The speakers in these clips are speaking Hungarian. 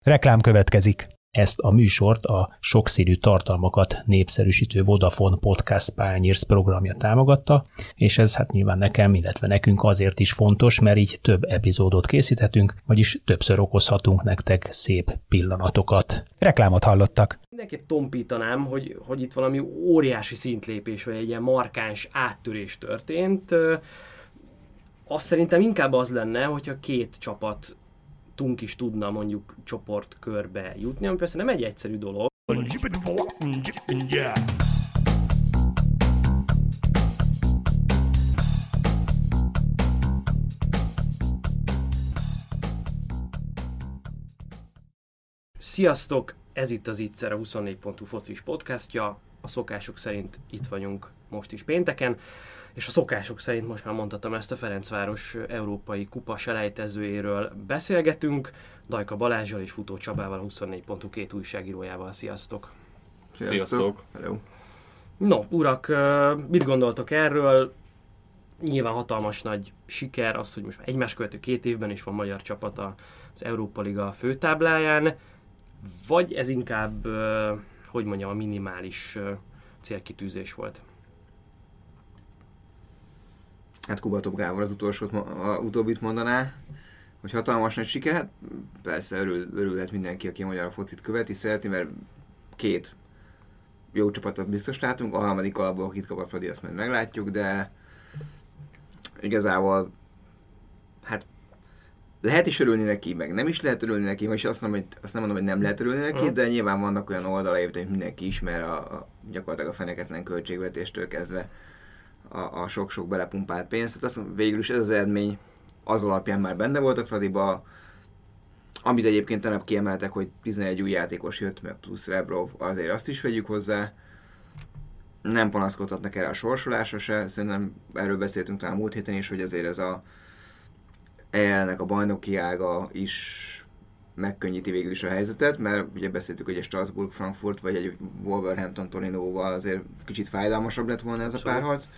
Reklám következik. Ezt a műsort a sokszínű tartalmakat népszerűsítő Vodafone Podcast Pioneers programja támogatta, és ez hát nyilván nekem, illetve nekünk azért is fontos, mert így több epizódot készíthetünk, vagyis többször okozhatunk nektek szép pillanatokat. Reklámot hallottak. Mindenképp tompítanám, hogy itt valami óriási szintlépés, vagy egy ilyen markáns áttörés történt. Azt szerintem inkább az lenne, hogyha két csapat is tudna mondjuk csoportkörbe jutni, ami persze nem egy egyszerű dolog. Sziasztok! Ez itt az Ittszer, a 24.hu focis podcastja. A szokások szerint itt vagyunk most is pénteken, és a szokások szerint most már mondhatom ezt, a Ferencváros európai kupa selejtezőjéről beszélgetünk. Dajka Balázsral és Futó Csabával, a 24.hu két újságírójával. Sziasztok! Sziasztok! Hello. No, urak, mit gondoltok erről? Nyilván hatalmas nagy siker az, hogy most már egymás követő 2 évben is van magyar csapat az Európa Liga főtábláján, vagy ez inkább, hogy mondjam, a minimális célkitűzés volt? Hát Kubatov Gábor az utóbbit mondaná, hogy hatalmas nagy siker. Hát persze örülhet mindenki, aki a magyar focit követi, szereti, mert 2 jó csapatot biztos látunk, a harmadik alapból, akit kap a Fradi, azt majd meglátjuk, de igazából hát lehet is örülni neki, meg nem is lehet örülni neki, és azt nem mondom, hogy nem lehet örülni neki, de nyilván vannak olyan oldalai, amit mindenki ismer, gyakorlatilag a feneketlen költségvetéstől kezdve a sok-sok belepumpált pénzt. Tehát azt mondom, végül is ez az eredmény az alapján már benne volt a Fradiba, amit egyébként tegnap kiemeltek, hogy 11 új játékos jött, meg plusz Rebrov, azért azt is vegyük hozzá. Nem panaszkodhatnak erre a sorsolásra se, szerintem erről beszéltünk talán múlt héten is, hogy azért ez a EL-nek a bajnoki ága is megkönnyíti végül is a helyzetet, mert ugye beszéltük, hogy egy Strasbourg-Frankfurt vagy egy Wolverhampton-Torinóval azért kicsit fájdalmasabb lett volna ez a párharc.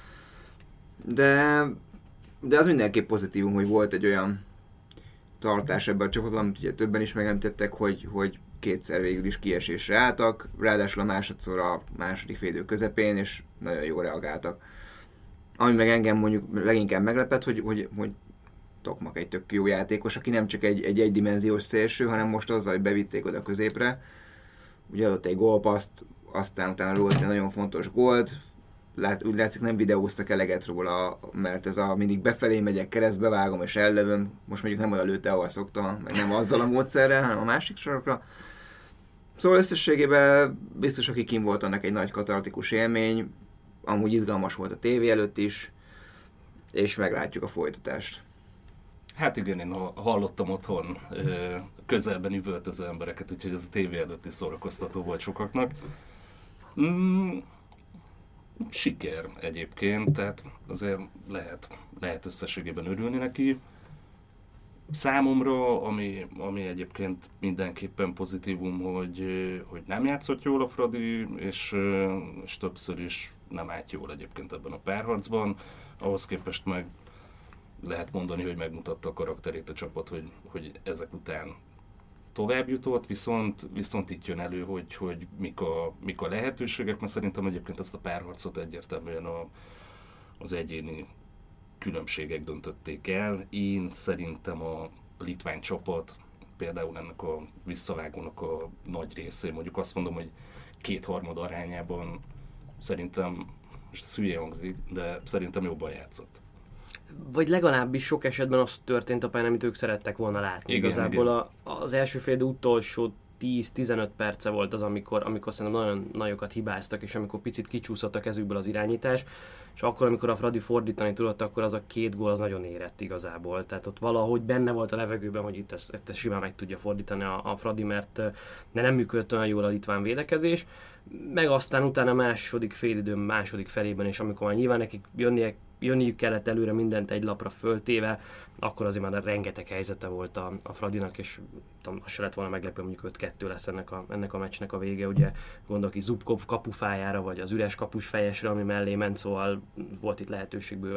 De az mindenképp pozitívum, hogy volt egy olyan tartás ebben a csapatban, amit ugye többen is megemlítettek, hogy 2-szer végül is kiesésre álltak, ráadásul a másodszor a második félidő közepén, és nagyon jól reagáltak. Ami meg engem mondjuk leginkább meglepett, hogy Tokmak egy tök jó játékos, aki nem csak egy egydimenziós szélső, hanem most azzal, hogy bevitték oda középre. Ugye adott egy gólpaszt, aztán utána róla egy nagyon fontos gólt. Úgy látszik, nem videóztak eleget róla, mert ez mindig befelé megyek, keresztbe vágom és ellövöm. Most mondjuk nem oda lőtte, ahol szokta, meg nem azzal a módszerrel, hanem a másik sarokra. Szóval összességében biztos, aki kim volt, annak egy nagy katartikus élmény. Amúgy izgalmas volt a tévé előtt is, és meglátjuk a folytatást. Hát igen, én hallottam otthon közelben üvöltöző embereket, úgyhogy ez a tévé előtti szórakoztató volt sokaknak. Siker egyébként, tehát azért lehet összességében örülni neki. Számomra, ami egyébként mindenképpen pozitívum, hogy nem játszott jól a Fradi, és többször is nem állt jól egyébként ebben a párharcban. Ahhoz képest meg lehet mondani, hogy megmutatta a karakterét a csapat, hogy ezek után tovább jutott, viszont itt jön elő, hogy mik a lehetőségek, mert szerintem egyébként ezt a párharcot egyértelműen az egyéni különbségek döntötték el. Én szerintem a litván csapat, például ennek a visszavágónak a nagy részén, mondjuk azt mondom, hogy 2/3 arányában szerintem, most ez hülye hangzik, de szerintem jobban játszott. Vagy legalábbis sok esetben az történt a pályán, amit ők szerettek volna látni. Igen, igazából az első fél utolsó 10-15 perce volt az, amikor szerintem nagyon nagyokat hibáztak, és amikor picit kicsúszott a kezükből az irányítás, és akkor, amikor a Fradi fordítani tudott, akkor az a 2 gól az nagyon érett igazából. Tehát ott valahogy benne volt a levegőben, hogy itt ezt simán meg tudja fordítani a Fradi, mert nem működött olyan jól a litván védekezés. Meg aztán utána második félidő, második felében, és amikor már nyilván nekik jönniük kellett előre mindent egy lapra föltéve, akkor azért már rengeteg helyzete volt a Fradinak, és az se lett volna meglepő, mondjuk 5-2 lesz ennek a meccsnek a vége. Ugye gondolok így Zubkov kapufájára, vagy az üres kapus fejesre, ami mellé ment, szóval volt itt lehetőség bőven.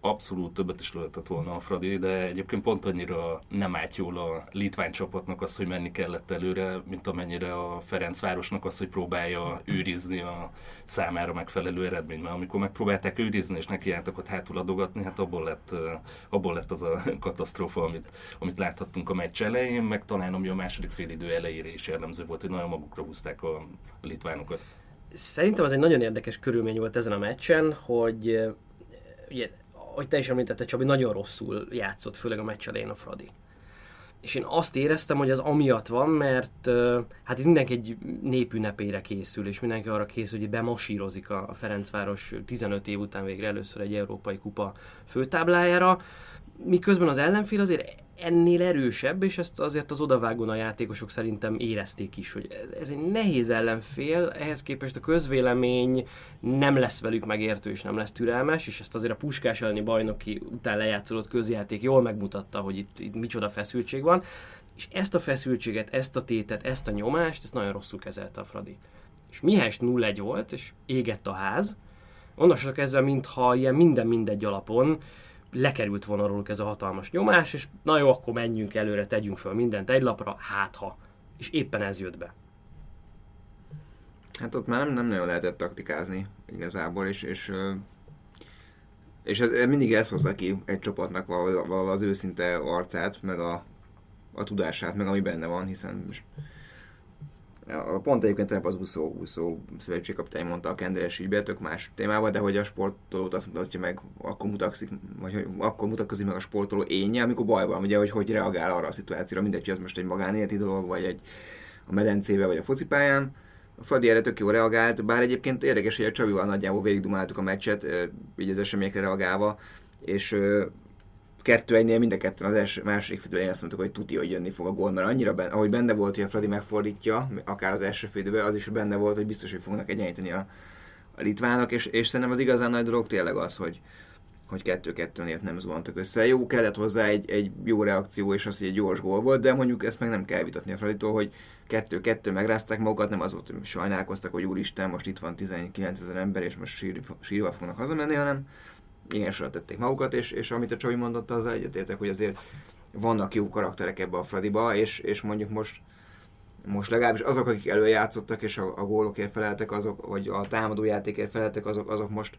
abszolút többet is lehetett volna a Fradi, de egyébként pont annyira nem állt jól a litván csapatnak az, hogy menni kellett előre, mint amennyire a Ferencvárosnak az, hogy próbálja őrizni a számára megfelelő eredményt. Mert amikor megpróbálták őrizni és nekiálltak ott hátul adogatni, hát abból lett az a katasztrófa, amit láthattunk a meccs elején, meg talán ami a második félidő elejére is jellemző volt, hogy nagyon magukra húzták a litvánokat. Szerintem az egy nagyon érdekes körülmény volt ezen a meccsen, hogy ugye, ahogy te is említetted, Csabi, nagyon rosszul játszott, főleg a meccs elején a Fradi. És én azt éreztem, hogy az amiatt van, mert hát itt mindenki egy népünnepére készül, és mindenki arra készül, hogy bemasírozik a Ferencváros 15 év után végre először egy európai kupa főtáblájára, miközben az ellenfél azért ennél erősebb, és ezt azért az odavágón a játékosok szerintem érezték is, hogy ez egy nehéz ellenfél, ehhez képest a közvélemény nem lesz velük megértő, és nem lesz türelmes, és ezt azért a Puskás elleni bajnoki után lejátszolott közjáték jól megmutatta, hogy itt micsoda feszültség van, és ezt a feszültséget, ezt a tétet, ezt a nyomást, ezt nagyon rosszul kezelte a Fradi. És mihelyest 0-1 volt, és égett a ház, onnantól kezdve, mintha ilyen minden-mindegy alapon lekerült volna róluk ez a hatalmas nyomás, és na jó, akkor menjünk előre, tegyünk föl mindent egy lapra, hátha. És éppen ez jött be. Hát ott már nem nagyon lehetett taktikázni igazából, és ez mindig ez hozza ki egy csapatnak valahol az őszinte arcát, meg a tudását, meg ami benne van, hiszen most pont egyébként az úszó szövetségkapitány mondta a Kenderes ügybe, tök más témával, de hogy a sportolót azt mutatja meg, akkor mutatkozik meg a sportoló énje, amikor baj van, ugye, hogy reagál arra a szituációra, mindegy, hogy ez most egy magánéleti dolog, vagy a medencébe, vagy a focipályán. A Fradi erre tök jól reagált, bár egyébként érdekes, hogy a Csabival nagyjából végigdumáltuk a meccset, így az eseményekre reagálva, és 2-1-nél mind a ketten az második félidőben azt mondtuk, hogy tuti, hogy jönni fog a gól, mert annyira ahogy benne volt, hogy a Fradi megfordítja, akár az első félidőben, az is benne volt, hogy biztos, hogy fognak egyenlíteni a litvánok, és szerintem az igazán nagy dolog tényleg az, hogy 2-2-nél nem zuhantak össze. Jó, kellett hozzá egy jó reakció, és az, hogy egy gyors gól volt, de mondjuk ezt meg nem kell vitatni a Fraditól, hogy 2-2 megrázták magukat, nem az volt, hogy sajnálkoztak, hogy úristen, most itt van 19 000 ember, és most sírva fognak hazamenni, hanem ilyen sorra tették magukat, és amit a Csabi mondott, azzal egyetértek, hogy azért vannak jó karakterek ebbe a Fradiba, és mondjuk most legalábbis azok, akik előjátszottak, és a gólokért feleltek, azok, vagy a támadójátékért feleltek, azok most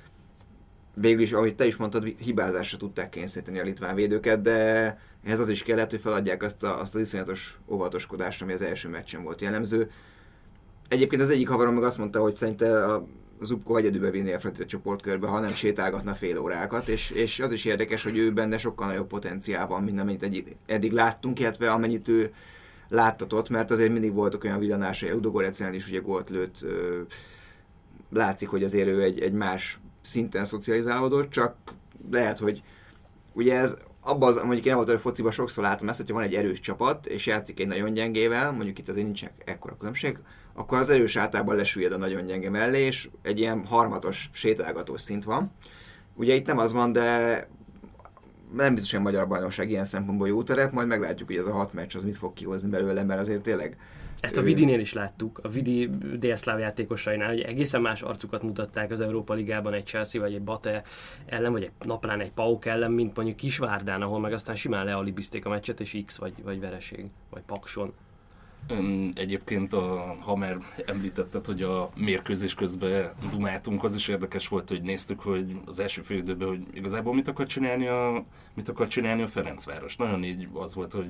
végül is, ahogy te is mondtad, hibázásra tudták kényszeríteni a litván védőket, de ehhez az is kellett, hogy feladják azt az iszonyatos óvatoskodást, ami az első meccsen volt jellemző. Egyébként az egyik haverom meg azt mondta, hogy szerinte a Zubkov egyedülbe vinné a Fradit a csoportkörbe, ha nem sétálgatna fél órákat, és az is érdekes, hogy ő benne sokkal nagyobb potenciál van, mint amennyit eddig láttunk, illetve amennyit ő láttatott, mert azért mindig voltak olyan villanásai, Ludogoretszen is ugye gólt lőtt, látszik, hogy azért ő egy más szinten szocializálódott, csak lehet, hogy ugye ez abban az, mondjuk én nem volt, hogy fociban sokszor látom ezt, hogyha van egy erős csapat, és játszik egy nagyon gyengével, mondjuk itt azért nincs ekkora különbség, akkor az erős általában lesüllyed a nagyon gyenge mellé, és egy ilyen harmatos, sétálgatós szint van. Ugye itt nem az van, de nem biztos, hogy a magyar bajnokság ilyen szempontból jó terep, majd meglátjuk, hogy ez a 6 meccs az mit fog kihozni belőle, mert azért tényleg... Ezt a Vidinél is láttuk, a Vidi délszláv játékosainál, hogy egészen más arcukat mutatták az Európa Ligában egy Chelsea vagy egy Bate ellen, vagy egy Naplán egy PAOK ellen, mint mondjuk Kisvárdán, ahol meg aztán simán lealibizték a meccset, és X vagy vereség, vagy Pakson. Egyébként, ha már említetted, hogy a mérkőzés közben dumáltunk, az is érdekes volt, hogy néztük, hogy az első fél időben, hogy igazából mit akar csinálni a Ferencváros. Nagyon így az volt, hogy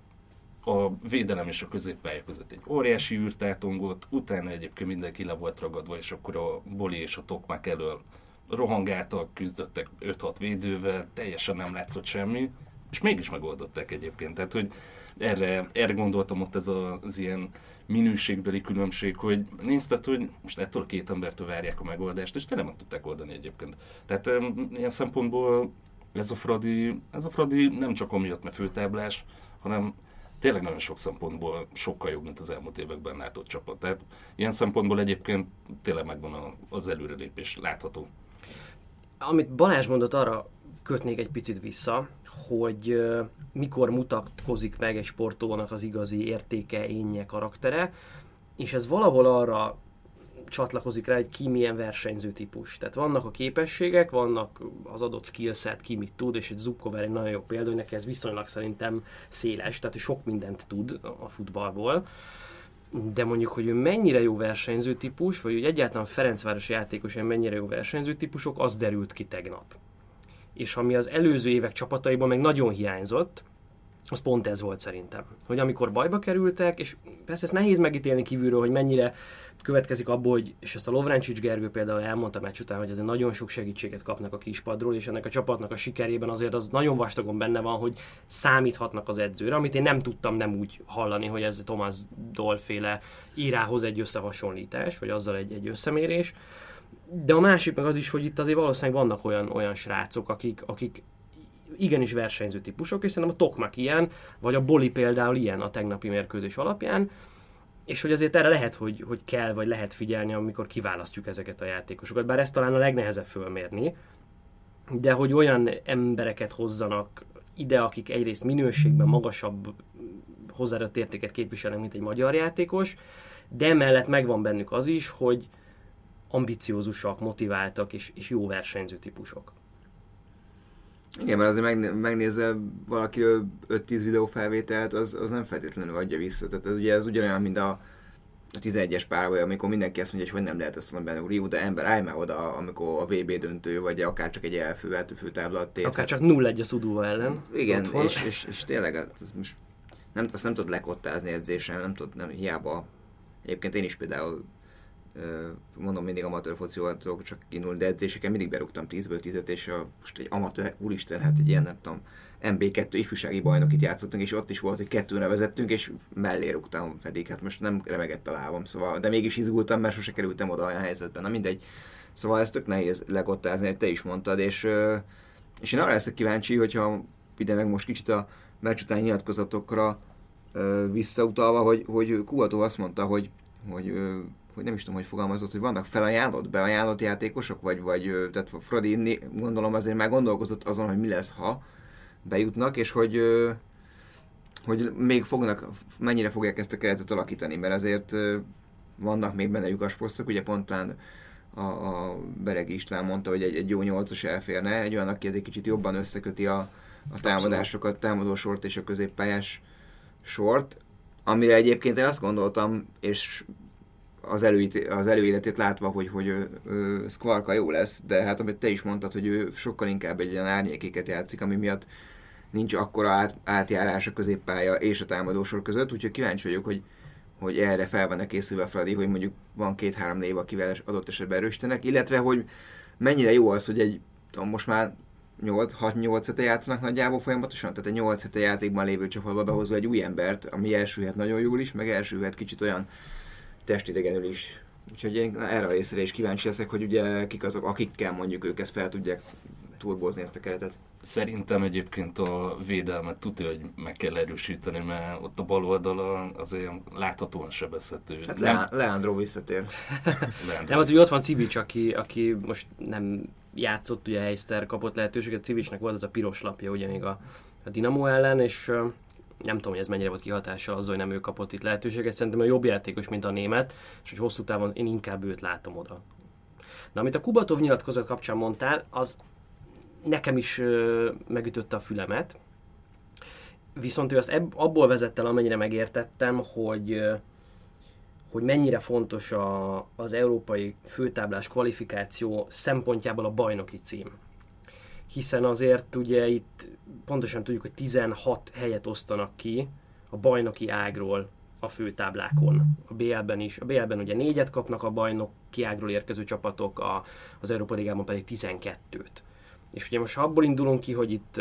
a védelem és a középpálya között egy óriási űrtátongott, utána egyébként mindenki le volt ragadva, és akkor a Boli és a Tokmak elől rohangáltak, küzdöttek 5-6 védővel, teljesen nem látszott semmi, és mégis megoldották egyébként. Tehát, hogy erre gondoltam ott ez az ilyen minőségbeli különbség, hogy nézted, hogy most ettől a két embertől várják a megoldást, és tényleg meg tudták oldani egyébként. Tehát ilyen szempontból ez a Fradi nem csak amiatt, mert főtáblás, hanem tényleg nagyon sok szempontból sokkal jobb, mint az elmúlt években látott csapat. Tehát ilyen szempontból egyébként tényleg megvan az előrelépés látható. Amit Balázs mondott, arra kötnék egy picit vissza, hogy mikor mutatkozik meg egy sportolónak az igazi értéke, énje, karaktere, és ez valahol arra csatlakozik rá, hogy ki milyen versenyző típus. Tehát vannak a képességek, vannak az adott skillset, ki mit tud, és egy Zubkov egy nagyon jó példa, hogy neki ez viszonylag szerintem széles, tehát ő sok mindent tud a futballból. De mondjuk, hogy ő mennyire jó versenyző típus, vagy hogy egyáltalán Ferencvárosi játékos mennyire jó versenyző típusok, az derült ki tegnap. És ami az előző évek csapataiban meg nagyon hiányzott, az pont ez volt szerintem. Hogy amikor bajba kerültek, és persze ezt nehéz megítélni kívülről, hogy mennyire következik abból, hogy, és ezt a Lovrencsics Gergő például elmondta meccs után, hogy azért nagyon sok segítséget kapnak a kispadról, és ennek a csapatnak a sikerében azért az nagyon vastagon benne van, hogy számíthatnak az edzőre, amit én nem tudtam nem úgy hallani, hogy ez Thomas Doll-féle írához egy összehasonlítás, vagy azzal egy összemérés. De a másik meg az is, hogy itt azért valószínűleg vannak olyan srácok, akik igenis versenyző típusok, és szerintem a Tokmak ilyen, vagy a Boli például ilyen a tegnapi mérkőzés alapján, és hogy azért erre lehet, hogy kell, vagy lehet figyelni, amikor kiválasztjuk ezeket a játékosokat, bár ezt talán a legnehezebb fölmérni, de hogy olyan embereket hozzanak ide, akik egyrészt minőségben magasabb hozzáadott értéket képviselnek, mint egy magyar játékos, de emellett megvan bennük az is, hogy ambiciózusak, motiváltak és jó versenyző típusok. Igen, mert azért megnézze valakiről 5-10 videófelvételt, az nem feltétlenül adja vissza. Tehát ugye ez ugyanolyan, mint a 11-es párbaj, amikor mindenki azt mondja, hogy nem lehet ezt mondani benne, Rio, de ember, állj már oda, amikor a VB döntő, vagy akár csak egy főtábla tét. Akár csak 0-1 a Szudóva ellen. Igen, és tényleg most azt nem tudod lekottázni edzésen, hiába. Egyébként én is például mondom, mindig amatőr focival tudok csak indulni, de edzéseken mindig berúgtam 10-ből 10-et, és most egy amatőr, úristen, hát egy ilyen, nem tudom, MB2 ifjúsági bajnokit játszottunk, és ott is volt, hogy 2-re vezettünk, és mellé rúgtam pedig, hát most nem remegett a lábam, szóval, de mégis izgultam, mert sose kerültem oda olyan helyzetben, na mindegy. Szóval ezt tök nehéz lekottázni, hogy te is mondtad, és én arra leszek kíváncsi, hogyha ide meg most kicsit a meccs utáni nyilatkozatokra visszautalva, hogy Kuható azt mondta, hogy nem is tudom, hogy fogalmazott, hogy vannak beajánlott játékosok, vagy tehát Fradi gondolom azért már gondolkozott azon, hogy mi lesz, ha bejutnak, és hogy még mennyire fogják ezt a keretet alakítani, mert azért vannak még benne lyukasposztok, ugye pontán a Beregi István mondta, hogy egy jó 8-os elférne, egy olyan, aki egy kicsit jobban összeköti a támadásokat, támadósort és a középpályás sort, amire egyébként én azt gondoltam, és az előéletét látva, hogy Skvarka jó lesz, de hát amit te is mondtad, hogy ő sokkal inkább egy ilyen árnyékéket játszik, ami miatt nincs akkora átjárás a középpálya és a támadósor között, úgyhogy kíváncsi vagyok, hogy erre fel van készülve Fradi, hogy mondjuk van 2-3 név, akivel adott esetben erősítenek, illetve hogy mennyire jó az, hogy most már 6-8 hete játszanak nagyjából folyamatosan, tehát egy 8 hete játékban lévő csapatba behozva egy új embert, ami elsülhet nagyon jól is, meg elsülhet kicsit olyan testidegenül is. Úgyhogy én erre a részre is kíváncsi leszek, hogy ugye kik azok, akikkel mondjuk ők ezt fel tudják turbózni ezt a keretet. Szerintem egyébként a védelmet tudja, hogy meg kell erősíteni, mert ott a bal oldala azért láthatóan sebezhető. Hát Leandro visszatér. Nem, hát ugye ott van Civics, aki most nem játszott, ugye Heister kapott lehetőséget, Civicsnek volt az a piros lapja ugye még a Dinamo ellen, és nem tudom, hogy ez mennyire volt kihatással azzal, hogy nem ő kapott itt lehetőséget. Szerintem a jobb játékos, mint a német, és hogy hosszú távon én inkább őt látom oda. Na, amit a Kubatov nyilatkozat kapcsán mondtál, az nekem is megütötte a fülemet. Viszont ő azt abból vezette el, amennyire megértettem, hogy mennyire fontos az európai főtáblás kvalifikáció szempontjából a bajnoki cím. Hiszen azért ugye itt pontosan tudjuk, hogy 16 helyet osztanak ki a bajnoki ágról a főtáblákon. A BL-ben is. A BL-ben ugye 4-et kapnak a bajnoki ágról érkező csapatok, az Európa Ligában pedig 12-t. És ugye most ha abból indulunk ki, hogy itt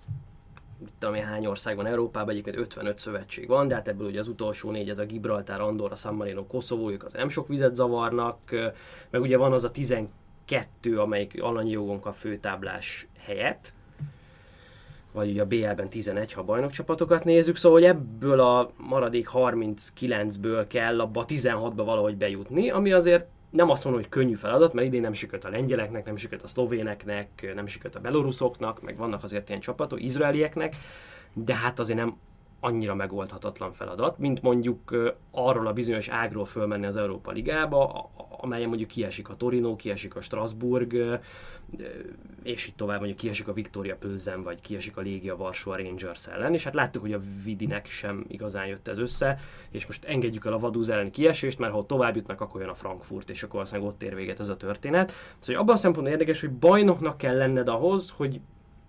hány ország van Európában, egyébként 55 szövetség van, de hát ebből ugye az utolsó 4, ez a Gibraltár, Andorra, San Marino, Koszovó, ők az nem sok vizet zavarnak, meg ugye van az a 12, amelyik alanyi jogon kap főtáblás helyet, vagy ugye a BL-ben 11, ha a bajnokcsapatokat nézzük, szóval hogy ebből a maradék 39-ből kell abba a 16-ba valahogy bejutni, ami azért nem azt mondom, hogy könnyű feladat, mert idén nem sikerült a lengyeleknek, nem sikerült a szlovéneknek, nem sikerült a beloruszoknak, meg vannak azért ilyen csapatok, izraelieknek, de hát azért nem annyira megoldhatatlan feladat, mint mondjuk arról a bizonyos ágról fölmenni az Európa Ligába, amelyen mondjuk kiesik a Torino, kiesik a Strasbourg, és így tovább mondjuk kiesik a Viktoria Plzen, vagy kiesik a Legia Varsóa Rangers ellen, és hát láttuk, hogy a Vidinek sem igazán jött ez össze, és most engedjük el a Vaduz elleni kiesést, mert ha tovább jutnak, akkor jön a Frankfurt, és akkor valószínűleg ott ér véget ez a történet. Szóval abban a szempontból érdekes, hogy bajnoknak kell lenned ahhoz, hogy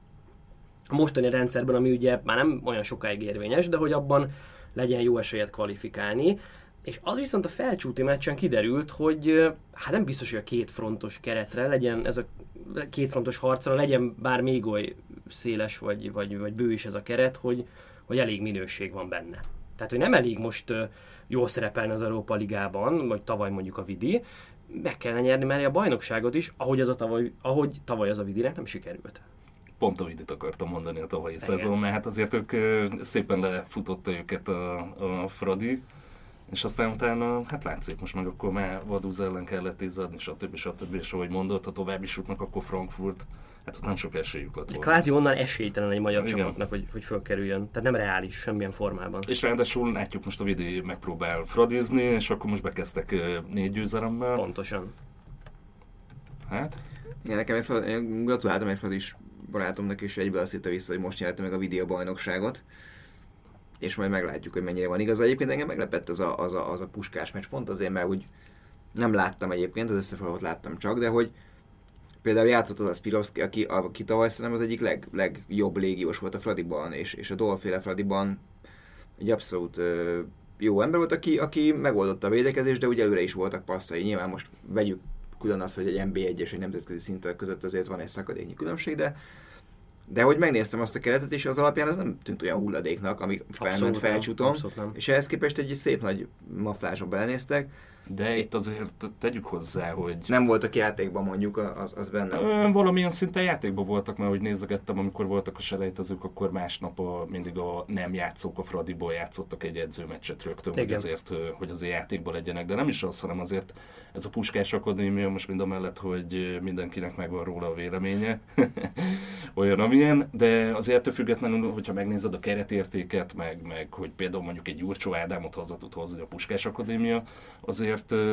a mostani rendszerben, ami ugye már nem olyan sokáig érvényes, de hogy abban legyen jó esélyed kvalifikálni. És az viszont a felcsúti meccsen kiderült, hogy hát nem biztos, hogy a kétfrontos keretre legyen, ez a kétfrontos harcra legyen bár még oly széles vagy bő is ez a keret, hogy elég minőség van benne. Tehát, hogy nem elég most jól szerepelni az Európa Ligában, vagy tavaly mondjuk a Vidi, meg kellene nyerni, mert a bajnokságot is, ahogy tavaly az a Vidinek nem sikerült. Pont a Vidit akartam mondani a tavalyi szezon, mert hát azért ők szépen lefutotta őket a Fradi, és aztán utána, hát látszik, most meg akkor már Vaduz ellen kellett izzadni, stb. És ahogy mondott, ha tovább is jutnak, akkor Frankfurt, hát ott nem sok esélyük lett volna. Kvázi onnan esélytelen egy magyar csapatnak, hogy fölkerüljön. Tehát nem reális semmilyen formában. És ráadásul látjuk, most a Vidi megpróbál fradizni, és akkor most bekezdtek 4 győzelemmel. Pontosan. Hát? Igen, nekem gratuláltam egy Fradis barátomnak, és egyből azt hitte vissza, hogy most nyerte meg a Vidi a bajnokságot. És majd meglátjuk, hogy mennyire van igaz. Egyébként engem meglepett az a Puskás meccs, pont azért, mert úgy nem láttam egyébként, az összefoglalót láttam csak, de hogy például játszott az a Spirovszky, aki tavaly szerintem az egyik legjobb légiós volt a Fradiban, és a Dolféle Fradiban egy abszolút jó ember volt, aki megoldotta a védekezést, de ugye előre is voltak passzai. Nyilván most vegyük külön az, hogy egy NB1 és egy nemzetközi szint között azért van egy szakadéknyi különbség, de hogy megnéztem azt a keretet, és az alapján ez nem tűnt olyan hulladéknak, ami felment felcsúton, és ehhez képest egy szép nagy maflásba belenéztek. De itt azért tegyük hozzá, hogy... Nem voltak játékban mondjuk, az benne. Valamilyen szinten játékban voltak, mert ahogy nézegettem, amikor voltak a selejtezők, akkor másnap mindig a nem játszók a Fradiból játszottak egy edzőmeccset rögtön, hogy azért játékban legyenek. De nem is az, hanem azért ez a Puskás Akadémia most mind a mellett, hogy mindenkinek megvan róla a véleménye, olyan amilyen, de azért ettől függetlenül, hogyha megnézed a keretértéket, meg hogy például mondjuk egy Jurcsó Ádámot haza tud hozni a Puskás Akadémia, azért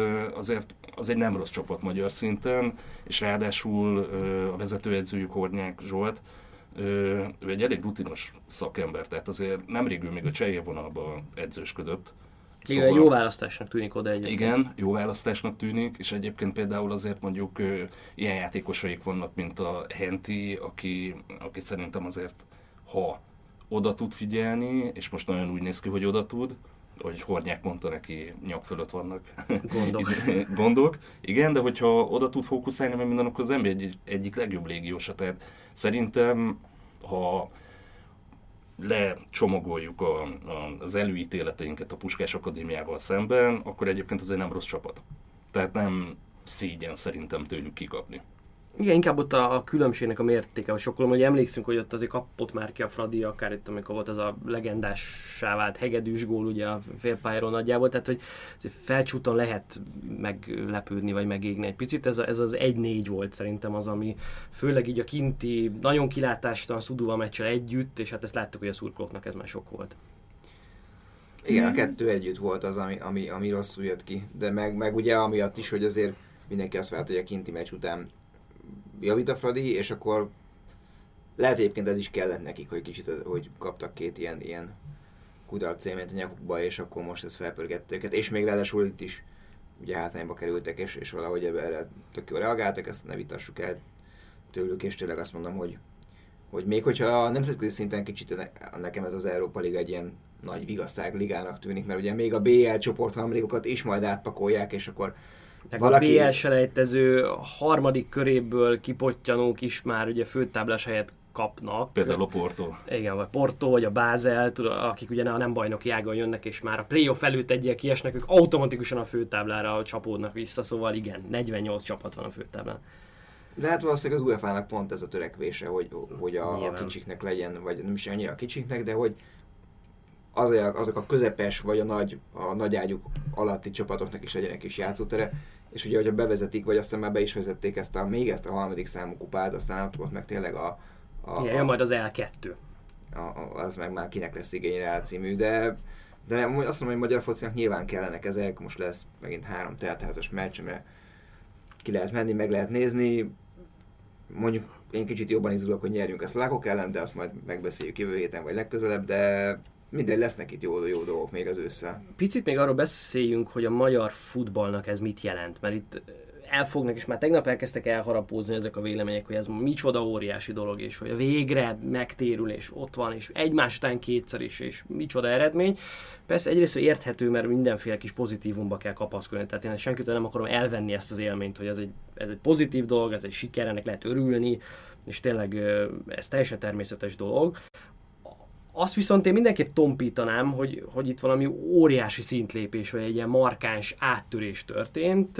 az egy nem rossz csapat magyar szinten, és ráadásul a vezetőedzőjük Hornyák Zsolt, ő egy elég rutinos szakember, tehát azért nemrég ő még a Cseh vonalban edzősködött. Szóval, jó választásnak tűnik oda egyébként. Igen, jó választásnak tűnik, és egyébként például azért mondjuk ilyen játékosaik vannak, mint a Henti, aki szerintem azért, ha oda tud figyelni, és most nagyon úgy néz ki, hogy oda tud, hogy Hornyák mondta neki, nyak fölött vannak gondok. Igen, de hogyha oda tud fókuszálni, mert minden, akkor az ember egyik legjobb légiósa. Tehát szerintem, ha lecsomagoljuk az előítéleteinket a Puskás Akadémiával szemben, akkor egyébként az egy nem rossz csapat. Tehát nem szégyen szerintem tőlük kikapni. Igen, inkább ott a különbségnek a mértéke, vagy sokkal, hogy emlékszünk, hogy ott azért kapott már ki a Fradi, akár itt, amikor volt ez a legendássá vált hegedűs gól ugye a félpályáról nagyjából, tehát hogy felcsúton lehet meglepődni, vagy megégni egy picit. Ez az 1-4 volt szerintem az, ami főleg így a kinti, nagyon kilátástalan Szuduva meccsel együtt, és hát ezt láttuk, hogy a szurkolóknak ez már sok volt. Igen, a kettő együtt volt az, ami rosszul jött ki, de meg ugye amiatt is, hogy azért mindenki azt várta, hogy a kinti meccs után javít a Fradi, és akkor lehet egyébként ez is kellett nekik, hogy kicsit, hogy kaptak két ilyen kudarc élményt a nyakukba, és akkor most ez felpörgette őket, és még ráadásul itt is ugye hátrányba kerültek, és valahogy erre tök jól reagáltak, ezt ne vitassuk el tőlük, és tényleg azt mondom, hogy még hogyha a nemzetközi szinten kicsit nekem ez az Európa Liga egy ilyen nagy vigaszság ligának tűnik, mert ugye még a BL csoportharmadikokat is majd átpakolják, és akkor valaki... A BL selejtező harmadik köréből kipottyanók is már ugye főtáblás helyet kapnak. Például a Porto. Igen, vagy Porto, vagy a Basel, akik ugye a nem bajnoki ágon jönnek, és már a playoff előtt egyel kiesnek, ők automatikusan a főtáblára csapódnak vissza, szóval igen, 48 csapat van a főtáblán. De hát valószínűleg az UEFA-nak pont ez a törekvése, hogy a kicsiknek legyen, vagy nem is annyira a kicsiknek, de hogy azok a közepes, vagy a nagy ágyuk alatti csapatoknak is legyenek is játszótere, és ugye, hogyha bevezetik, vagy azt hiszem már be is vezették ezt a harmadik számú kupát, aztán ott meg tényleg igen, majd az L2. Az meg már kinek lesz igényre álcímű, de azt mondom, hogy magyar focinak nyilván kellenek ezek, most lesz megint 3 teltházas meccs, mert ki lehet menni, meg lehet nézni. Mondjuk én kicsit jobban izgulok, hogy nyerjünk a szlovákok ellen, de azt majd megbeszéljük jövő héten vagy legközelebb, de mindegy, lesznek itt jó dolgok még az ősszel. Picit még arról beszéljünk, hogy a magyar futballnak ez mit jelent, mert itt elfognak, és már tegnap elkezdtek elharapózni ezek a vélemények, hogy ez micsoda óriási dolog, és hogy a végre megtérül, és ott van, és egymás után kétszer is, és micsoda eredmény. Persze egyrészt érthető, mert mindenféle kis pozitívumba kell kapaszkodni, tehát én senkitől nem akarom elvenni ezt az élményt, hogy ez egy pozitív dolog, ez egy siker, ennek lehet örülni, és tényleg ez teljesen természetes dolog. Azt viszont én mindenképp tompítanám, hogy itt valami óriási szintlépés, vagy egy ilyen markáns áttörés történt.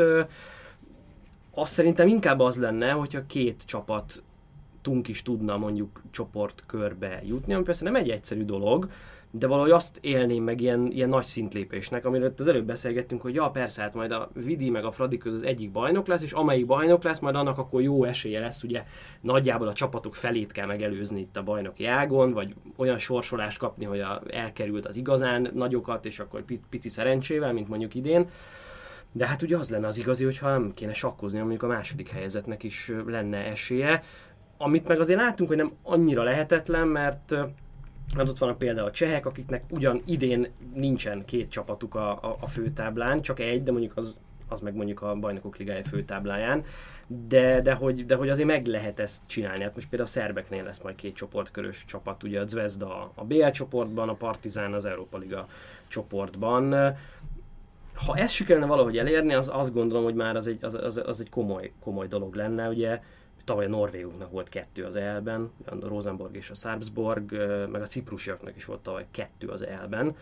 Azt szerintem inkább az lenne, hogyha két csapatunk is tudna mondjuk csoportkörbe jutni, ami persze nem egy egyszerű dolog, de valahogy azt élném meg ilyen nagy szintlépésnek, amiről az előbb beszélgettünk, hogy ja persze, hát majd a Vidi meg a Fradi között az egyik bajnok lesz, és amelyik bajnok lesz, majd annak akkor jó esélye lesz, ugye nagyjából a csapatok felét kell megelőzni itt a bajnoki ágon, vagy olyan sorsolást kapni, hogy elkerült az igazán nagyokat, és akkor pici szerencsével, mint mondjuk idén. De hát ugye az lenne az igazi, hogyha nem kéne sakkozni, mondjuk a második helyezetnek is lenne esélye. Amit meg azért látunk, hogy nem annyira lehetetlen, mert ott van például a csehek, akiknek ugyan idén nincsen két csapatuk a főtáblán, csak egy, de mondjuk az meg mondjuk a Bajnokok Ligája főtábláján, de hogy azért meg lehet ezt csinálni. Hát most például a szerbeknél lesz majd két csoportkörös csapat, ugye a Zvezda a BL csoportban, a Partizán az Európa Liga csoportban. Ha ezt sikerülne valahogy elérni, azt gondolom, hogy már az egy komoly dolog lenne. Ugye tavaly a norvégoknak volt 2 az EL-ben, a Rosenborg és a Sarpsborg, meg a ciprusiaknak is volt tavaly 2 az EL-ben.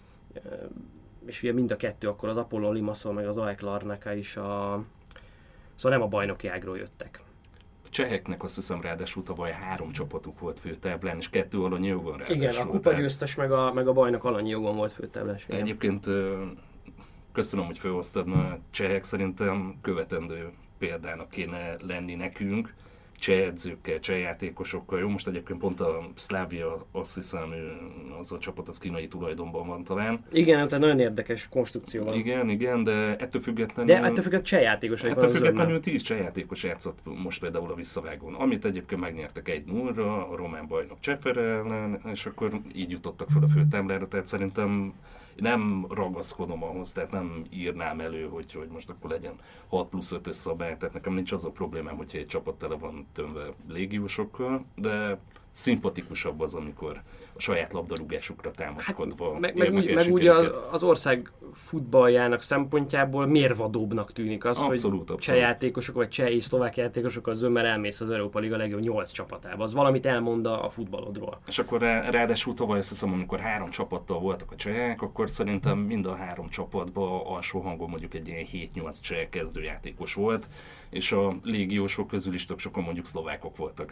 És ugye mind a 2 akkor az Apollon Limassol, meg az AEK Larnaka is szóval nem a bajnoki ágról jöttek. A cseheknek azt hiszem ráadásul tavaly 3 csapatuk volt főtáblán, és 2 alanyi jogon ráadásul. Igen, a kupagyőztes meg a bajnok alanyi jogon volt főtáblán. Egyébként köszönöm, hogy felhoztad, mert a csehek szerintem követendő példának kéne lenni nekünk, cseh edzőkkel, cseh játékosokkal. Jó, most egyébként pont a Slavia, azt hiszem, az a csapat az kínai tulajdonban van talán. Igen, tehát nagyon érdekes konstrukció van. Igen, de ettől függetlenül... De ettől függetlenül cseh játékosok van. Ettől függetlenül 10 cseh játékos játszott most például a visszavágón, amit egyébként megnyertek 1-0-ra, a román bajnok Csefere ellen, és akkor így jutottak fel a főtáblára, tehát szerintem nem ragaszkodom ahhoz, tehát nem írnám elő, hogy most akkor legyen 6+5 szabály, tehát nekem nincs az a problémám, hogyha egy csapat tele van tömve légiósokkal, de szimpatikusabb az, amikor a saját labdarúgásukra támaszkodva hát, meg úgy az ország futballjának szempontjából mérvadóbbnak tűnik az, abszolút, hogy cseh játékosok, vagy cseh és szlovák játékosok az zömmel elmész az Európa Liga legjobb 8 csapatába. Az valamit elmond a futballodról. És akkor ráadásul tavaly azt hiszem, amikor 3 csapattal voltak a csehek, akkor szerintem mind a 3 csapatban alsó hangon mondjuk egy ilyen 7-8 cseh kezdőjátékos volt, és a légiósok közül is tök sokan mondjuk szlovákok voltak.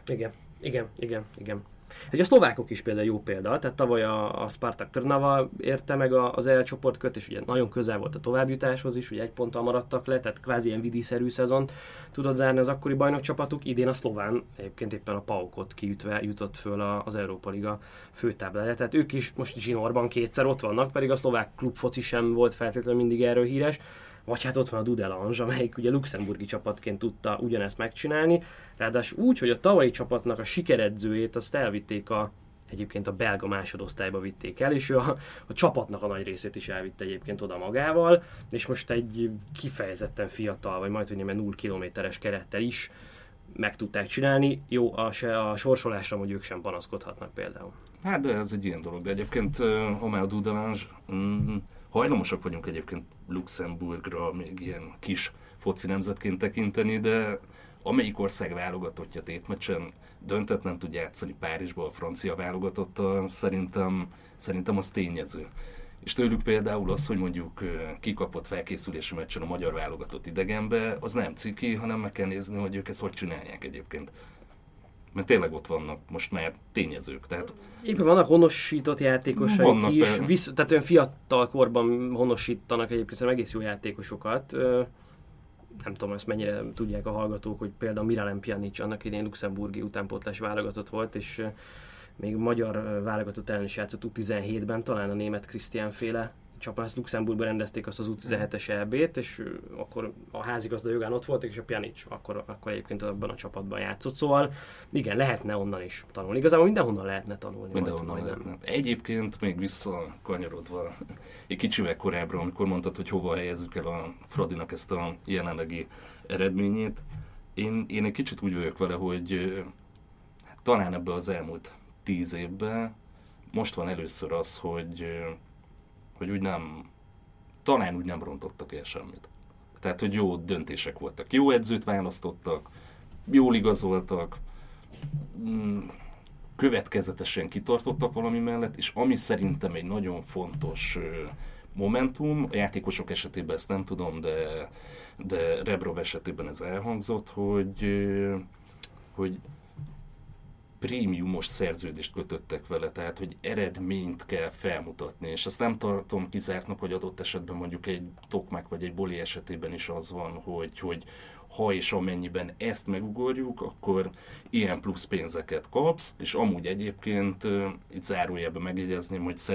Igen. Ugye a szlovákok is például jó példa, tehát tavaly a Spartak Trnava érte meg az EL csoportkört, és ugye nagyon közel volt a továbbjutáshoz is, ugye 1 ponttal maradtak le, tehát kvázi ilyen Vidi-szerű szezont tudott zárni az akkori bajnokcsapatuk. Idén a szlován egyébként éppen a PAOK-ot kiütve jutott föl az Európa Liga főtáblára, tehát ők is most zsinórban 2-szer ott vannak, pedig a szlovák klubfoci sem volt feltétlenül mindig erről híres. Vagy hát ott van a Dudelange, amelyik ugye luxemburgi csapatként tudta ugyanezt megcsinálni. Ráadásul úgy, hogy a tavalyi csapatnak a sikeredzőjét azt elvitték egyébként a belga másodosztályba vitték el, és ő a csapatnak a nagy részét is elvitte egyébként oda magával, és most egy kifejezetten fiatal, vagy majd hogy 0 kilométeres kerettel is meg tudták csinálni. Jó, a sorsolásra, hogy ők sem panaszkodhatnak például. Hát de ez egy ilyen dolog, de egyébként ha már a Dudelange, hajlamosak vagyunk egyébként Luxemburgra még ilyen kis foci nemzetként tekinteni, de amelyik ország válogatottja tétmeccsen döntött nem tud játszani Párizsból a francia válogatottal, szerintem az tényező. És tőlük például az, hogy mondjuk kikapott felkészülési meccsen a magyar válogatott idegenbe, az nem ciki, hanem meg kell nézni, hogy ők ezt hogy csinálják egyébként. Mert tényleg ott vannak most már tényezők. Tehát éppen vannak honosított játékosaik is, tehát olyan fiatal korban honosítanak egyébként egész jó játékosokat. Nem tudom, ezt mennyire tudják a hallgatók, hogy például Miralem Pjanic annak idén luxemburgi utánpótlás válogatott volt, és még magyar válogatott ellen is játszott U17-ben, talán a német Christian féle csapat, ezt Luxemburgban rendezték azt az U17-es EB-t, és akkor a házigazda jogán ott voltak, és a Pjanic akkor egyébként abban a csapatban játszott. Szóval igen, lehetne onnan is tanulni. Igazából mindenhonnan lehetne tanulni. Mindenhonnan lehetne. Egyébként még visszakanyarodva egy kicsivel korábbra, amikor mondtad, hogy hova helyezzük el a Fradinak ezt a jelenlegi eredményét, én egy kicsit úgy vagyok vele, hogy talán ebben az elmúlt 10 évben most van először az, hogy úgy nem rontottak el semmit. Tehát, hogy jó döntések voltak. Jó edzőt választottak, jól igazoltak, következetesen kitartottak valami mellett, és ami szerintem egy nagyon fontos momentum, a játékosok esetében ezt nem tudom, de Rebrov esetében ez elhangzott, hogy prémiumos szerződést kötöttek vele, tehát hogy eredményt kell felmutatni, és azt nem tartom kizártnak, hogy adott esetben mondjuk egy Tokmak vagy egy Boli esetében is az van, hogy ha és amennyiben ezt megugorjuk, akkor ilyen plusz pénzeket kapsz, és amúgy egyébként itt zárójelben megjegyezném, hogy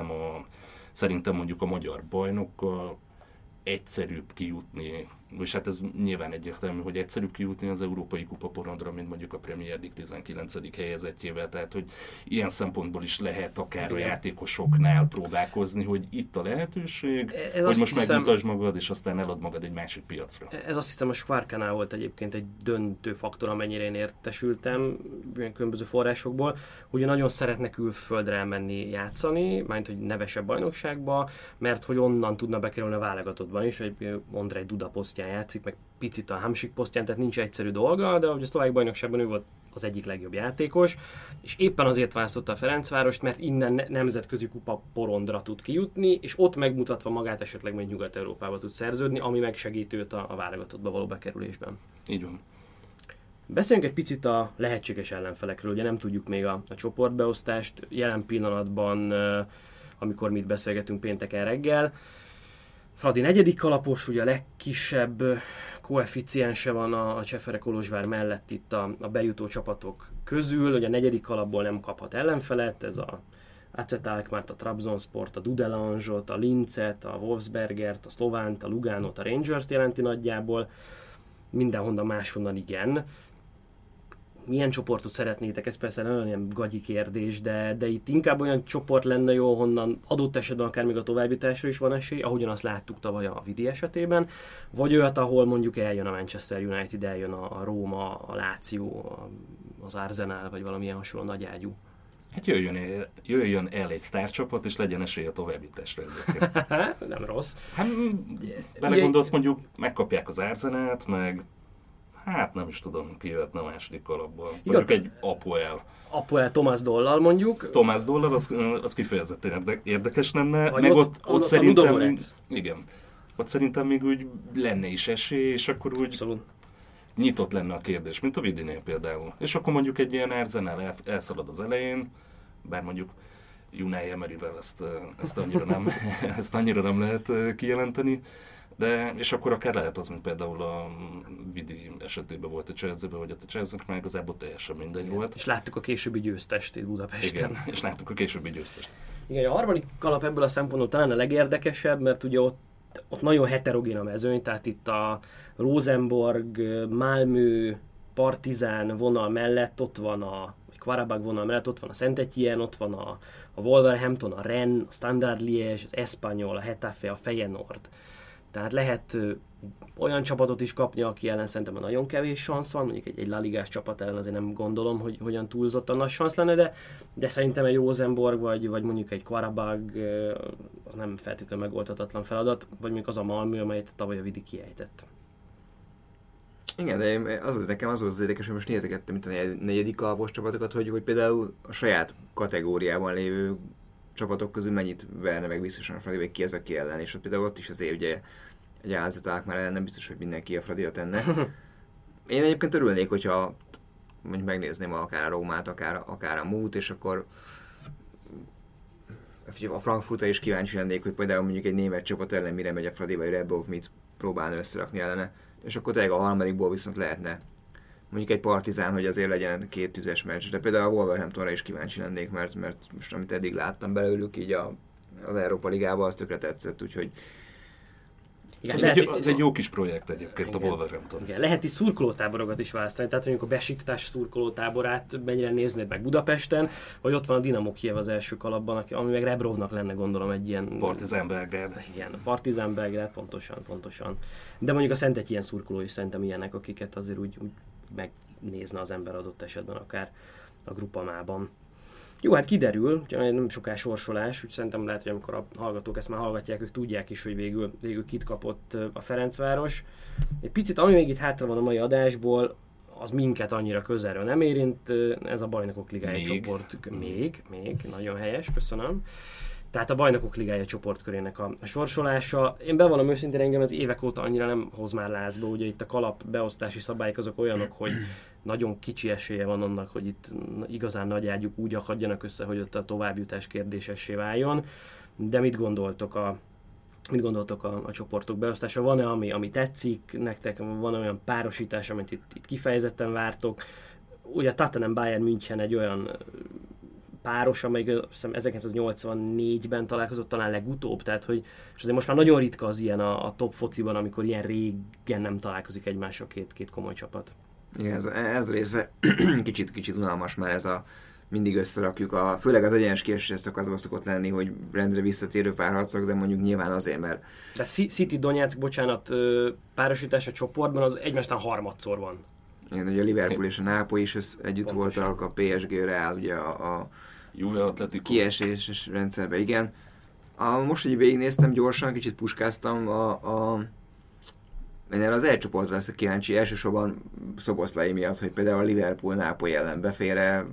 szerintem mondjuk a magyar bajnokkal egyszerűbb kijutni, és hát ez nyilván egyértelmű, hogy egyszerűbb kijutni az Európai Kupa porondra, mint mondjuk a Premier League 19. helyezettjével, tehát hogy ilyen szempontból is lehet akár a játékosoknál próbálkozni, hogy itt a lehetőség, hogy most megmutasd magad, és aztán elad magad egy másik piacra. Ez azt hiszem a Skvarkánál volt egyébként egy döntő faktor, amennyire én értesültem ilyen különböző forrásokból, hogy nagyon szeretne külföldre elmenni játszani, mármint hogy nevesebb bajnokságba, mert hogy onnan tudna bekerülni a válogatottban is, hogy Ondrej Duda posztján játszik, meg picit a Hamsik posztján, tehát nincs egyszerű dolga, de hogy a szlovák bajnokságban ő volt az egyik legjobb játékos, és éppen azért választotta a Ferencvárost, mert innen nemzetközi kupa porondra tud kijutni, és ott megmutatva magát esetleg majd Nyugat-Európába tud szerződni, ami megsegíti őt a válogatottba való bekerülésben. Így van. Beszéljünk egy picit a lehetséges ellenfelekről, ugye nem tudjuk még a csoportbeosztást, jelen pillanatban, amikor mi itt beszélgetünk pénteken reggel, Fradi 4. kalapos, ugye a legkisebb koeficiense van a Cseferek-Kolozsvár mellett itt a bejutó csapatok közül, ugye a 4. kalapból nem kaphat ellenfelet, ez a AZ Alkmaart, a Trabzonsport, a Dudelange-ot, a Linzet, a Wolfsbergert, a Slovánt, a Lugánot, a Rangers-t jelenti nagyjából, mindenhonnan máshonnan igen. Milyen csoportot szeretnétek? Ez persze nagyon ilyen gagyi kérdés, de itt inkább olyan csoport lenne jó, honnan adott esetben akár még a továbbjutásra is van esély, ahogyan azt láttuk tavaly a Vidi esetében, vagy olyat, ahol mondjuk eljön a Manchester United, eljön a Róma, a Lazio, az Arsenal, vagy valamilyen hasonló nagyágyú. Hát jöjjön el egy sztárcsapat, és legyen esély a továbbításra. Nem rossz. Hát belegondolsz, mondjuk megkapják az Arsenalt, meg hát nem is tudom, ki jöhetne a második kalapból. Mondjuk egy Apoel. Apoel Thomas Dollal mondjuk. Thomas Dollal, az kifejezetten érdekes lenne. Vagy meg ott szerintem... Igen. Ott szerintem még úgy lenne is esély, és akkor úgy abszolút nyitott lenne a kérdés, mint a Vidinél például. És akkor mondjuk egy ilyen Arsenal elszalad az elején, bár mondjuk Unai Emeryvel ezt annyira nem lehet kijelenteni, de és akkor akár lehet az, mint például a Vidi esetében volt a Chelsea-ben, hogy a Chelsea-nek már igazából teljesen mindegy volt. És láttuk a későbbi győztest itt Budapesten. Igen, és láttuk a későbbi győztest. Igen, a harmadik kalap ebből a szempontból talán a legérdekesebb, mert ugye ott nagyon heterogén a mezőny, tehát itt a Rosenborg, Malmö, Partizán vonal mellett ott van a Qarabag vonal mellett ott van a Saint-Étienne, ott van a Wolverhampton, a Rennes, a Standard Liège, az Espanyol, a Getafe, a Feyenoord. Tehát lehet olyan csapatot is kapni, aki ellen szerintem nagyon kevés szansz van, mondjuk egy La Ligás csapat ellen azért nem gondolom, hogy hogyan túlzottan nagy szansz lenne, de szerintem egy Rosenborg vagy mondjuk egy Qarabag az nem feltétlenül megoldhatatlan feladat, vagy mondjuk az a Malmö, amelyet tavaly a Vidi kiejtett. Igen, de nekem az volt az érdekes, hogy most nézegettem itt a 4. kalapos csapatokat, hogy például a saját kategóriában lévő csapatok közül mennyit verne meg biztosan a Fradi, vagy ki az, aki ellen, és ott például ott is azért ugye egy AZ Alkmaar ellen nem biztos, hogy mindenki a Fradira tenne. Én egyébként örülnék, hogyha mondjuk megnézném akár a Rómát, akár a Mút, és akkor a Frankfurtra is kíváncsi lennék, hogy például mondjuk egy német csapat ellen mire megy a Fradi, vagy Rebrov mit próbálna összerakni ellene, és akkor tényleg a harmadikból viszont lehetne mondjuk egy Partizán, hogy azért legyen 2 tüzes meccs, de például a Wolverhamptonra is kíváncsi lennék, mert most amit eddig láttam belőlük így a az Európa Ligában, az tökre tetszett, úgyhogy Igen, az egy jó kis projekt egyébként, a Wolverhampton. Igen, lehet itt szurkolótáborokat is választani, tehát mondjuk a Besiktas szurkolótáborát mennyire néznéd meg Budapesten, vagy ott van a Dinamo Kijev az első kalapban, ami meg Rebrovnak lenne gondolom egy ilyen... Partizan Belgrád. Igen, Partizan Belgrád, pontosan. De mondjuk a Szentety ilyen szurkoló is szerintem ilyenek, akiket azért úgy megnézne az ember adott esetben akár a Grupamában. Jó, hát kiderül, nem soká sorsolás, úgy szerintem lehet, hogy amikor a hallgatók ezt már hallgatják, ők tudják is, hogy végül kit kapott a Ferencváros. Egy picit, ami még itt hátra van a mai adásból, az minket annyira közelről nem érint, ez a Bajnokok Ligája csoport. Még, nagyon helyes, köszönöm. Tehát a Bajnokok Ligája csoportkörének a sorsolása. Én bevallom őszintén, engem ez évek óta annyira nem hoz már lázba, ugye itt a kalap beosztási szabályok azok olyanok, hogy nagyon kicsi esélye van annak, hogy itt igazán nagy ágyuk úgy akadjanak össze, hogy ott a továbbjutás kérdésessé váljon. De mit gondoltok a csoportok beosztása? Van-e, ami tetszik nektek? Van olyan párosítás, amit itt kifejezetten vártok? Ugye a Tottenham Bayern München egy olyan páros, amelyik 1984-ben találkozott talán legutóbb, tehát hogy és azért most már nagyon ritka az ilyen a top fociban, amikor ilyen régen nem találkozik egymással két komoly csapat. Igen, ez része kicsit unalmas már ez a mindig összerakjuk, főleg az egyenes kieséses szakaszban szokott lenni, hogy rendre visszatérő párharcok, de mondjuk nyilván azért, mert... De City Donetsk, párosítás a csoportban az egymástán harmadszor van. Igen, ugye a Liverpool és a Nápoly is együtt voltak, a PSG Real, ugye a Juve Atletico kieséses rendszerben, igen. Most, hogy végignéztem gyorsan, kicsit puskáztam, én erre az elcsoportra leszek kíváncsi, elsősorban Szoboszlai miatt, hogy például a Liverpool Nápoly ellen befér-e,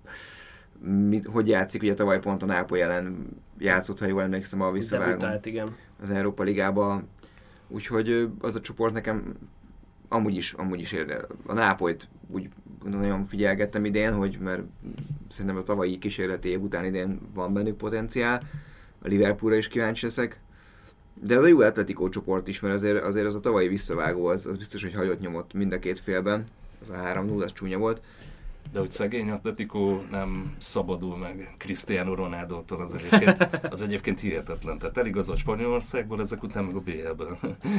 hogy játszik, ugye tavaly pont a Nápoly ellen játszott, ha jól emlékszem, a visszavágón az Európa Ligába, úgyhogy az a csoport nekem amúgy is érdekel. A Nápolyt úgy nagyon figyelgettem idén, mert szerintem a tavalyi kísérleti év után idén van bennük potenciál, a Liverpoolra is kíváncsi leszek, de ez a jó Atletico csoport is, mert azért az a tavalyi visszavágó, az biztos, hogy hagyott nyomot mind a két félben, az a 3-0, az csúnya volt. De hogy szegény Atletico nem szabadul meg Cristiano Ronaldótól, az egyébként hihetetlen. Tehát eligazolt Spanyolországból, ezek után meg a BL-ben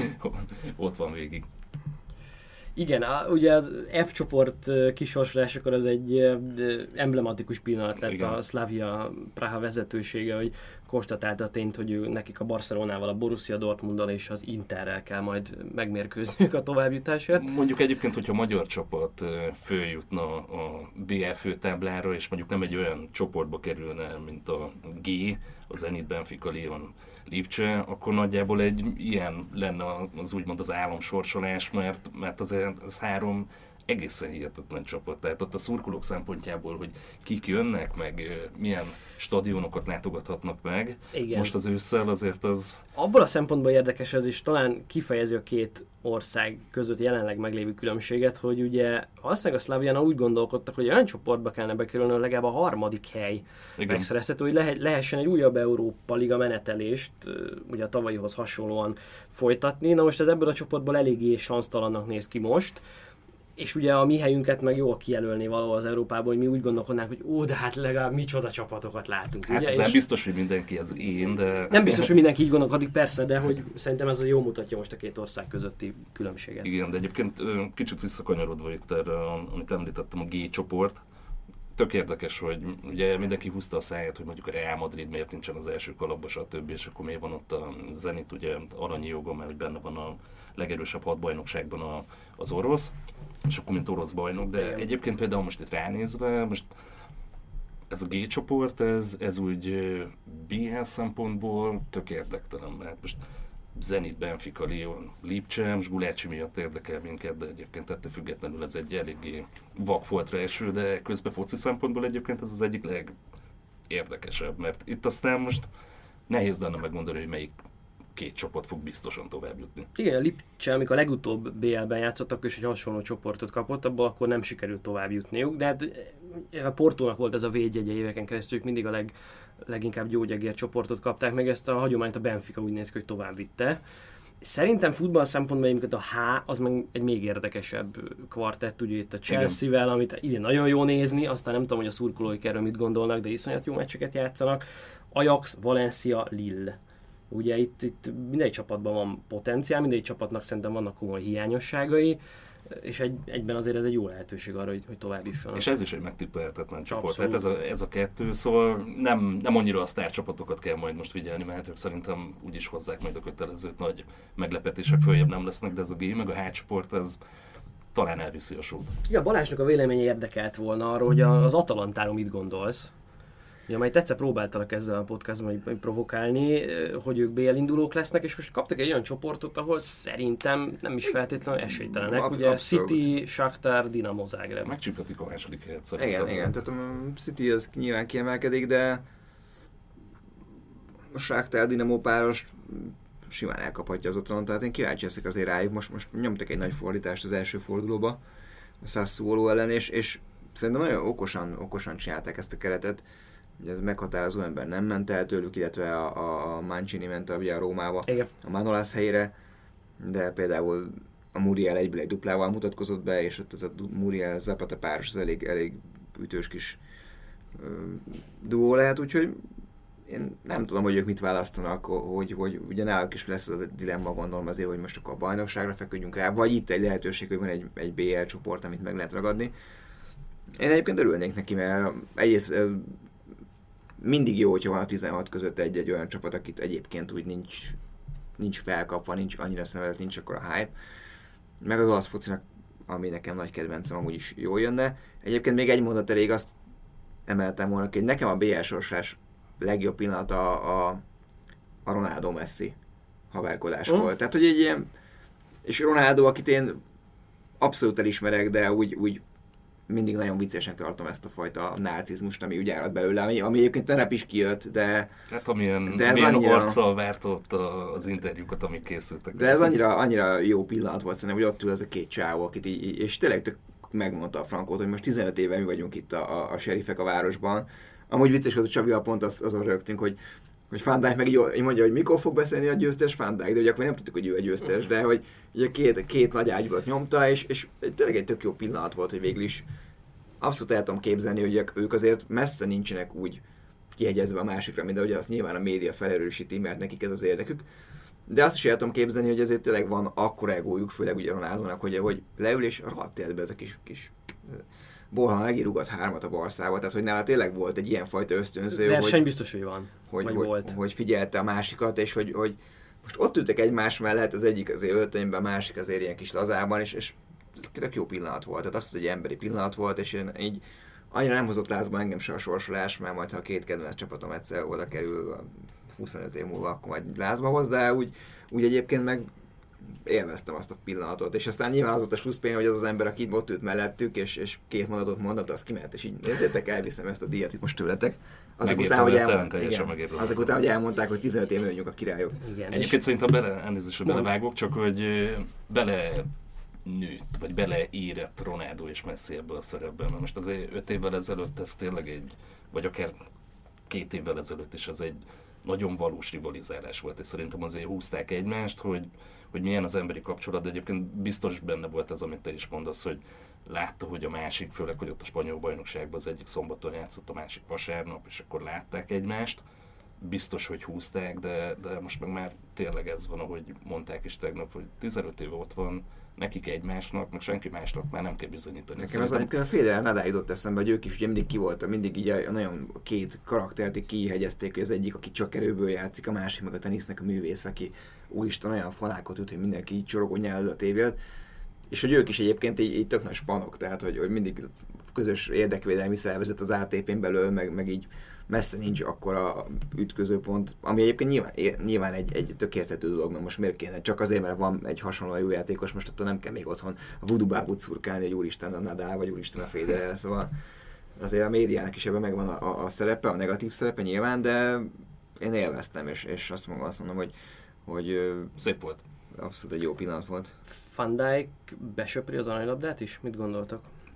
ott van végig. Igen, ugye az F csoport kisorsolásakor az egy emblematikus pillanat lett. Igen. A Slavia Praha vezetősége, hogy konstatálta a tényt, hogy nekik a Barcelonával, a Borussia Dortmunddal és az Interrel kell majd megmérkőzniük a továbbjutásért. Mondjuk egyébként, hogyha a magyar csapat följutna a BL főtáblára, és mondjuk nem egy olyan csoportba kerülne, mint a G, a Zenit, Benfica, Lyon, Lipcse, akkor nagyjából egy ilyen lenne az úgymond az álomsorsolás, mert az három egészen hihetetlen csapat. Tehát ott a szurkolók szempontjából, hogy kik jönnek, meg milyen stadionokat látogathatnak meg. Igen. Most az ősszel azért az... Abból a szempontból érdekes ez is, talán kifejezi a két ország között jelenleg meglévő különbséget, hogy ugye valószínűleg a Slavia úgy gondolkodtak, hogy olyan csoportba kellene bekerülni, hogy legalább a harmadik hely megszerezhető, hogy lehessen egy újabb Európa Liga menetelést, ugye a tavalyihoz hasonlóan folytatni. Na most ez ebből a csoportból eléggé sansztalannak néz ki most, és ugye a mi helyünket meg jól kijelölni való az Európában, hogy mi úgy gondolkodnánk, hogy de hát legalább micsoda csapatokat látunk. Hát ugye? Ez nem biztos, hogy mindenki az én, de... Nem biztos, hogy mindenki így gondolkodik, persze, de hogy szerintem ez jól mutatja most a két ország közötti különbséget. Igen, de egyébként kicsit visszakanyarodva itt erre, amit említettem, a G csoport. Tök érdekes, hogy ugye mindenki húzta a száját, hogy mondjuk a Real Madrid miért nincsen az első kalapba, stb. És akkor miért van ott a Zenit, ugye aranyi joga, mert hogy benne van a legerősebb 6 bajnokságban az orosz, és akkor mint orosz bajnok, de egyébként például most itt ránézve, most ez a G csoport, ez úgy BL szempontból tök érdektelen, mert most Zenit, Benfica, Lyon, Lipcse, most Gulácsi miatt érdekel minket, de egyébként ettől függetlenül ez egy eléggé vakfoltra eső, de közben foci szempontból egyébként ez az egyik legérdekesebb, mert itt aztán most nehéz lenne megmondani, hogy melyik két csapat fog biztosan tovább jutni. Igen, a Lipcse, amikor a legutóbb BL-ben játszottak, és egy hasonló csoportot kapott, abból akkor nem sikerült tovább jutniuk, de hát a Portónak volt ez a védjegye éveken keresztül, ők mindig a leginkább gyógyegér csoportot kapták, meg ezt a hagyományt a Benfica úgy néz ki, hogy tovább vitte. Szerintem futball szempontból egyébként a H az meg egy még érdekesebb kvartett, ugye itt a Chelsea-vel, amit idén nagyon jó nézni, aztán nem tudom, hogy a szurkolóik erről mit gondolnak, de iszonyat jó meccseket játszanak. Ajax, Valencia, Lille. Ugye itt mindegy csapatban van potenciál, mindegy csapatnak szerintem vannak komoly hiányosságai, és egyben azért ez egy jó lehetőség arra, hogy tovább jussanak. És ez is egy megtippelhetetlen csoport. Tehát ez a kettő, szóval nem annyira a sztárcsapatokat kell majd most figyelni, mert ők szerintem úgyis hozzák majd a kötelezőt, nagy meglepetések följebb nem lesznek, de ez a G meg a H csoport, ez talán elviszi a sót. Ja, Balázsnak a véleménye érdekelt volna arról, hogy az Atalantáról mit gondolsz. Ja, majd egyszer próbáltalak ezzel a podcastban provokálni, hogy ők BL indulók lesznek, és most kaptak egy olyan csoportot, ahol szerintem nem is feltétlenül esélytelenek. Ugye abszolút. City, Shakhtar, Dinamo Zagreb. Megcsíphetik a második helyet szerintem. Igen, tehát a City az nyilván kiemelkedik, de a Shakhtar Dinamo párost simán elkaphatja az Atalantát. Én kíváncsi leszek azért rájuk. Most nyomtak egy nagy fordítást az első fordulóba a Sassuolo ellen, és szerintem nagyon okosan csinálták ezt a keretet. Ugye ez meghatározó ember nem ment el tőlük, illetve a Mancini ment ugye a Rómába, igen, a Manolas helyére, de például a Muriel egyből egy duplával mutatkozott be, és ott ez a Muriel-Zapata páros az elég ütős kis duó lehet, úgyhogy én nem tudom, hogy ők mit választanak, hogy ugye náluk is lesz az a dilemma, gondolom azért, hogy most akkor a bajnokságra feküdjünk rá, vagy itt egy lehetőség, hogy van egy BL csoport, amit meg lehet ragadni. Én egyébként örülnék neki, mert egyrészt mindig jó, hogyha van a 16 között egy olyan csapat, akit egyébként úgy nincs felkapva, nincs annyira szemelet, nincs akkor a hype. Meg az olasz focinak, ami nekem nagy kedvencem, amúgy is jól jönne. Egyébként még egy mondat elég, azt emeltem volna, hogy nekem a BL sorsás legjobb pillanata a Ronaldo Messi haverkodás volt. Tehát, hogy egy ilyen, és Ronaldo, akit én abszolút elismerek, de úgy mindig nagyon viccesnek tartom ezt a fajta narcizmust, ami úgy árad belőle, ami egyébként tegnap is kijött, de... Hát amilyen arccal várt ott az interjúkat, amik készültek. De ez annyira jó pillanat volt szerintem, hogy ott ül ez a két csávó, akit és tényleg tök megmondta a Frankót, hogy most 15 éve mi vagyunk itt a serifek a városban. Amúgy vicces volt, hogy Csabival pont azon rögtünk, hogy Van Dijk meg így mondja, hogy mikor fog beszélni a győztes Van Dijk, de ugye akkor nem tudtuk, hogy ő a győztes, de hogy ugye két nagy ágyúat nyomta, és tényleg egy tök jó pillanat volt, hogy végül is abszolút el tudom képzelni, hogy ők azért messze nincsenek úgy kihegyezve a másikra, mint ahogy azt nyilván a média felerősíti, mert nekik ez az érdekük. De azt is el tudom képzelni, hogy ezért tényleg van akkora egójuk, főleg ugye Ronaldónak, hogy leül és rohadt életbe ez a kis Borja megirúgat 3-at a Barszával, tehát hogy nála tényleg volt egy ilyenfajta ösztönző, verseny biztos, hogy van, hogy figyelte a másikat, és hogy most ott ültek egymás mellett, az egyik azért öltönyben, a másik azért ilyen kis lazában, és tök jó pillanat volt, tehát abszolút egy emberi pillanat volt, és én így annyira nem hozott lázba engem se a sorsolás, mert majd ha a két kedvenc csapatom egyszer oda kerül 25 év múlva, akkor majd lázba hoz, de úgy egyébként meg élveztem azt a pillanatot, és aztán nyilván az volt a slusszpén, hogy az az ember, aki ott ült mellettük, és két mondatot mondott, az kiment, és így nézzétek, elviszem ezt a díjat itt most tőletek. Azok után, hogy elmondták, hogy 15 év vagyunk a királyok. Igen, egyébként szerintem belevágok, csak hogy nőtt, vagy beleérett Ronaldo és Messi ebből a szerepben, mert most azért 5 évvel ezelőtt ez tényleg vagy akár 2 évvel ezelőtt is ez egy nagyon valós rivalizálás volt, és szerintem azért húzták egymást, hogy milyen az emberi kapcsolat, de egyébként biztos benne volt ez, amit te is mondasz, hogy látta, hogy a másik, főleg, hogy ott a spanyol bajnokságban az egyik szombaton játszott, a másik vasárnap, és akkor látták egymást. Biztos, hogy húzták, de most meg már tényleg ez van, ahogy mondták is tegnap, hogy 15 éve ott van nekik egymásnak, meg senki másnak már nem kell bizonyítani. Nekem az a Federer Nadal jutott eszembe, hogy ők is ugye mindig ki voltak, mindig így a nagyon két karaktert kihegyezték, hogy az egyik, aki csak erőből játszik, a másik meg a tenisznek a művész, aki úristen olyan falákot üt, hogy mindenki így csorogó nyelvű a tévélt. És hogy ők is egyébként így tök nagy spanok, tehát hogy mindig közös érdekvédelmi szervezet az ATP-n belül, meg így messze nincs akkora ütközőpont, ami egyébként nyilván egy tök érthető dolog, mert most miért kéne, csak azért, mert van egy hasonló jó játékos, most attól nem kell még otthon a voodoo bábút szurkálni, hogy úristen a Nadal, vagy úristen a Federer, szóval azért a médiának is ebben megvan a szerepe, a negatív szerepe nyilván, de én élveztem, és azt mondom, hogy szép volt. Abszolút egy jó pillanat volt. Van Dijk besöpri az aranylabdát is? Mit gondoltak?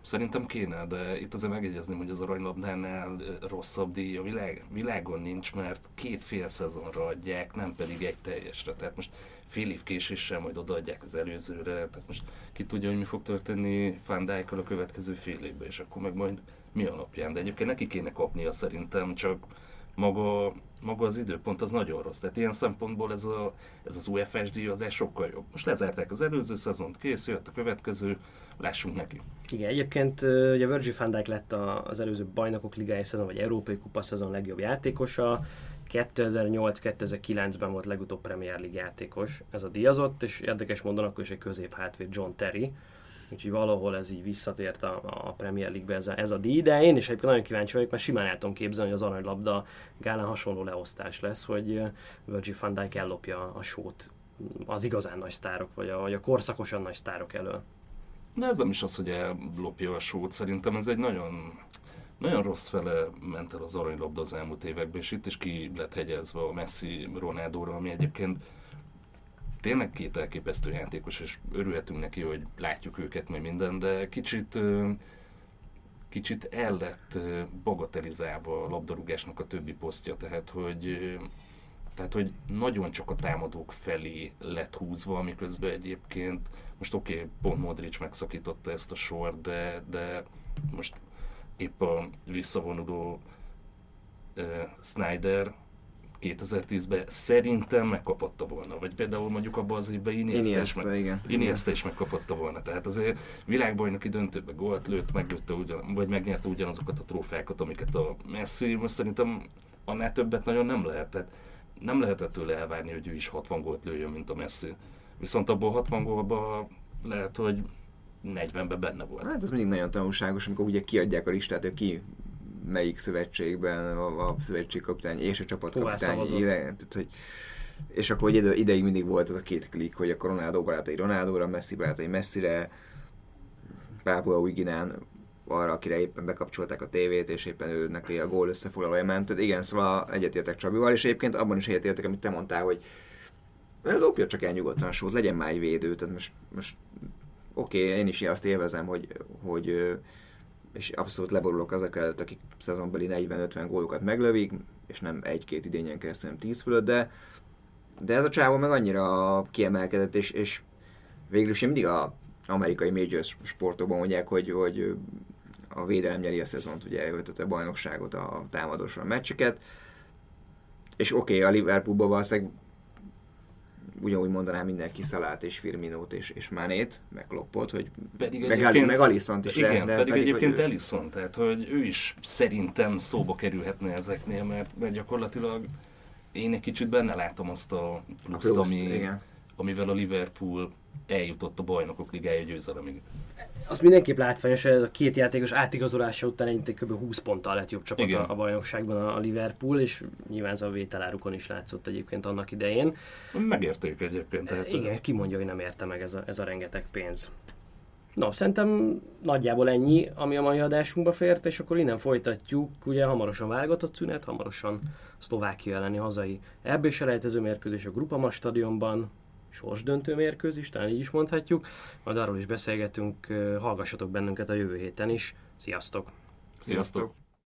Szerintem kéne, de itt azért megjegyezném, hogy az aranylabdánál rosszabb díj a világon nincs, mert 2 szezonra adják, nem pedig egy teljesre. Tehát most fél év késéssel majd odaadják az előzőre, tehát most ki tudja, hogy mi fog történni Van Dijkkal a következő fél évben, és akkor meg majd mi alapján. De egyébként neki kéne kapnia szerintem, csak maga az időpont az nagyon rossz. Tehát ilyen szempontból ez az UFS díj az sokkal jobb. Most lezárták az előző szezont, kész, jött a következő, lássunk neki. Igen, egyébként ugye Virgil van Dijk lett az előző Bajnokok Ligája szezon, vagy Európai Kupa szezon legjobb játékosa. 2008-2009-ben volt legutóbb Premier League játékos ez a díjazott, és érdekes módon akkor is egy középhátvéd John Terry. Úgyhogy valahol ez így visszatért a Premier League-be ez a díj, de én is egyébként nagyon kíváncsi vagyok, mert simán el tudom képzelni, hogy az aranylabda gálán hasonló leosztás lesz, hogy Virgil van Dijk ellopja a sót az igazán nagy sztárok, vagy a korszakosan nagy sztárok elől. De ez nem is az, hogy ellopja a sót, szerintem ez egy nagyon, nagyon rossz fele ment el az aranylabda az elmúlt években, és itt is ki lett hegyezve a Messi Ronaldóra, ami egyébként tényleg 2 elképesztő játékos, és örülhetünk neki, hogy látjuk őket, meg minden, de kicsit el lett bagatelizálva a labdarúgásnak a többi posztja, tehát hogy nagyon csak a támadók felé lett húzva, miközben egyébként most pont Modric megszakította ezt a sort, de most épp a visszavonuló Snyder 2010-ben szerintem megkapatta volna, vagy például mondjuk abban az évben Iniesta is megkapatta volna. Tehát azért világbajnoki döntőbe gólt lőtt, vagy megnyerte ugyanazokat a trófeákat, amiket a Messi, most szerintem annál többet nagyon nem lehet. Tehát nem lehetett tőle elvárni, hogy ő is 60 gólt lőjön, mint a Messi. Viszont abból 60 gólban lehet, hogy 40-ben benne volt. Hát ez mindig nagyon tanulságos, amikor ugye kiadják a listát, hogy ki melyik szövetségben a szövetségkapitány és a csapatkapitány. És akkor ideig mindig volt az a 2 klik, hogy a Ronaldo barátai Ronaldóra, Messi barátai Messire, Pápua Új-Guineán arra, akire éppen bekapcsolták a tévét, és éppen ő neki a gól összefoglalója ment. Tehát igen, szóval egyetértek Csabival, és egyébként abban is egyetértek, amit te mondtál, hogy lopja csak el nyugodtan a sót, legyen már egy védő. Tehát most oké, én is azt élvezem, hogy és abszolút leborulok azok előtt, akik szezonbeli 40-50 gólokat meglövik, és nem 1-2 idényen keresztül, hanem 10 fölött, de ez a csávó meg annyira kiemelkedett, és végül is mindig az amerikai major sportokban mondják, hogy a védelem nyeri a szezont, ugye, tehát a bajnokságot, a támadósra a meccseket, és oké, a Liverpoolban valószínűleg ugyanúgy mondanám mindenki Szalát és Firminót és Manét, meg Kloppot, hogy meg Alissont is. Igen, pedig egyébként Alisson, tehát hogy ő is szerintem szóba kerülhetne ezeknél, mert gyakorlatilag én egy kicsit benne látom azt a pluszt, amivel a Liverpool eljutott a Bajnokok Ligája győzelemig. Az mindenképp látványos, hogy ez a 2 játékos átigazolása után egy kb. 20 ponttal lett jobb csapat a bajnokságban a Liverpool, és nyilván ez a vételárukon is látszott egyébként annak idején. Megérték egyébként. Tehát igen, ki mondja, hogy nem érte meg ez a rengeteg pénz. No, szerintem nagyjából ennyi, ami a mai adásunkba fért, és akkor innen folytatjuk. Ugye hamarosan válogatott szünet, hamarosan Szlovákia elleni hazai EB-selejtező mérkőzés a Groupama stadionban, sorsdöntő mérkőzés, talán így is mondhatjuk. Majd arról is beszélgetünk, hallgassatok bennünket a jövő héten is. Sziasztok! Sziasztok!